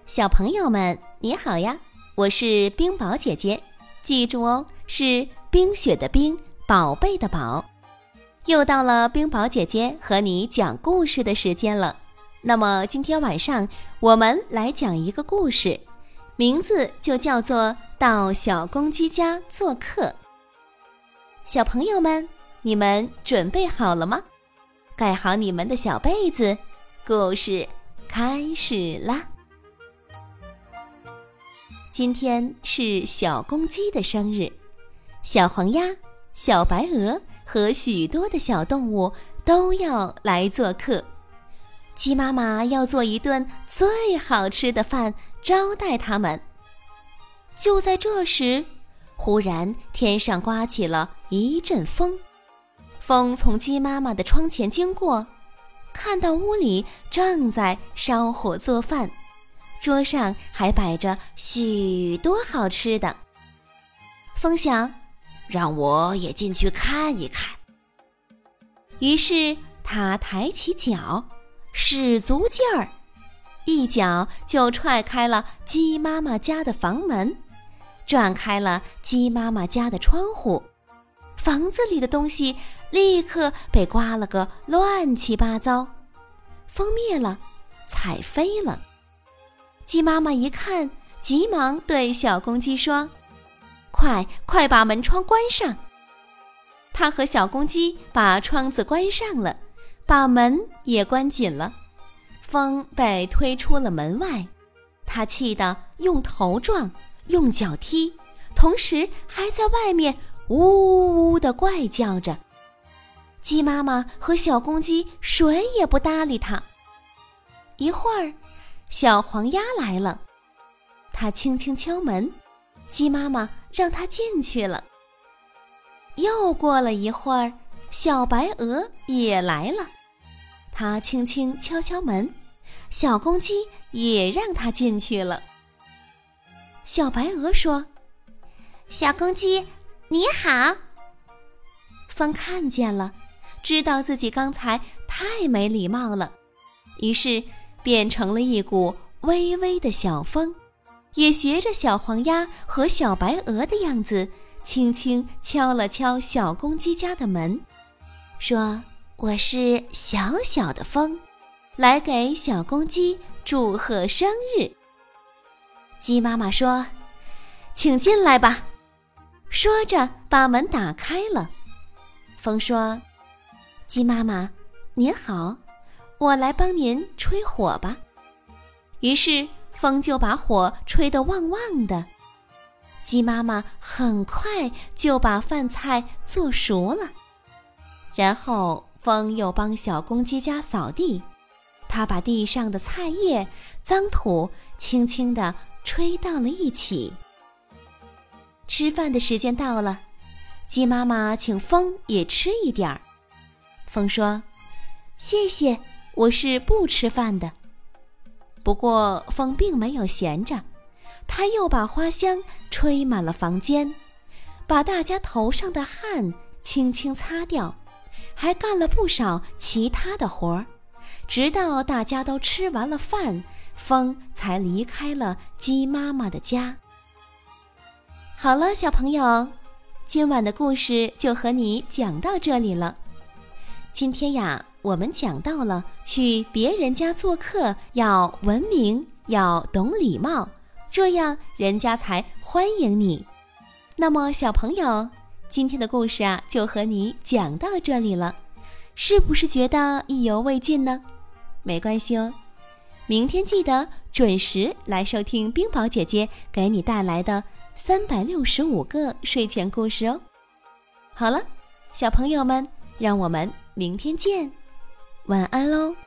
小朋友们，你好呀！我是冰雹姐姐，记住哦，是冰雪的冰，宝贝的宝。又到了冰雹姐姐和你讲故事的时间了。那么今天晚上我们来讲一个故事，名字就叫做到小公鸡家做客。小朋友们，你们准备好了吗？盖好你们的小被子，故事开始啦！今天是小公鸡的生日，小黄鸭、小白鹅和许多的小动物都要来做客。鸡妈妈要做一顿最好吃的饭招待他们。就在这时，忽然天上刮起了一阵风，风从鸡妈妈的窗前经过，看到屋里正在烧火做饭，桌上还摆着许多好吃的。风想，让我也进去看一看。于是他抬起脚，使足劲儿，一脚就踹开了鸡妈妈家的房门，转开了鸡妈妈家的窗户，房子里的东西立刻被刮了个乱七八糟，风灭了，彩飞了。鸡妈妈一看，急忙对小公鸡说：快把门窗关上。她和小公鸡把窗子关上了，把门也关紧了。风被推出了门外，她气得用头撞，用脚踢，同时还在外面呜呜地怪叫着。鸡妈妈和小公鸡谁也不搭理她。一会儿，小黄鸭来了，它轻轻敲门，鸡妈妈让它进去了。又过了一会儿，小白鹅也来了，它轻轻敲敲门，小公鸡也让它进去了。小白鹅说：小公鸡，你好。风看见了，知道自己刚才太没礼貌了，于是变成了一股微微的小风，也学着小黄鸭和小白鹅的样子，轻轻敲了敲小公鸡家的门，说：我是小小的风，来给小公鸡祝贺生日。鸡妈妈说：请进来吧。说着把门打开了。风说：鸡妈妈您好，我来帮您吹火吧。于是风就把火吹得旺旺的。鸡妈妈很快就把饭菜做熟了。然后风又帮小公鸡家扫地，它把地上的菜叶、脏土轻轻地吹到了一起。吃饭的时间到了，鸡妈妈请风也吃一点儿。风说：谢谢，我是不吃饭的。不过风并没有闲着，他又把花香吹满了房间，把大家头上的汗轻轻擦掉，还干了不少其他的活儿，直到大家都吃完了饭，风才离开了鸡妈妈的家。好了，小朋友，今晚的故事就和你讲到这里了。今天呀，我们讲到了去别人家做客要文明，要懂礼貌，这样人家才欢迎你。那么小朋友，今天的故事啊，就和你讲到这里了，是不是觉得意犹未尽呢？没关系哦，明天记得准时来收听冰雹姐姐给你带来的365个睡前故事哦。好了，小朋友们，让我们明天见，晚安喽。